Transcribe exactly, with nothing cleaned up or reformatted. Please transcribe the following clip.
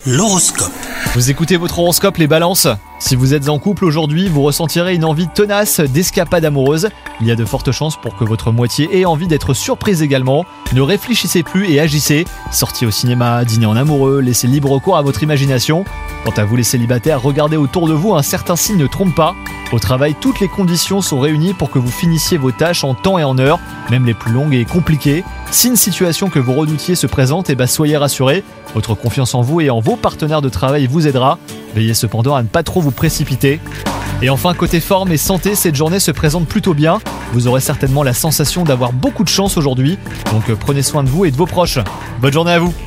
L'horoscope. Vous écoutez votre horoscope les balances. Si vous êtes en couple aujourd'hui, vous ressentirez une envie tenace d'escapade amoureuse. Il y a de fortes chances pour que votre moitié ait envie d'être surprise également. Ne réfléchissez plus et agissez. Sortez au cinéma, dînez en amoureux, laissez libre cours à votre imagination. Quant à vous les célibataires, regardez autour de vous, un certain signe ne trompe pas. Au travail, toutes les conditions sont réunies pour que vous finissiez vos tâches en temps et en heure, même les plus longues et compliquées. Si une situation que vous redoutiez se présente, eh ben soyez rassurés. Votre confiance en vous et en vos partenaires de travail vous aidera. Veillez cependant à ne pas trop vous précipiter. Et enfin, côté forme et santé, cette journée se présente plutôt bien. Vous aurez certainement la sensation d'avoir beaucoup de chance aujourd'hui. Donc prenez soin de vous et de vos proches. Bonne journée à vous!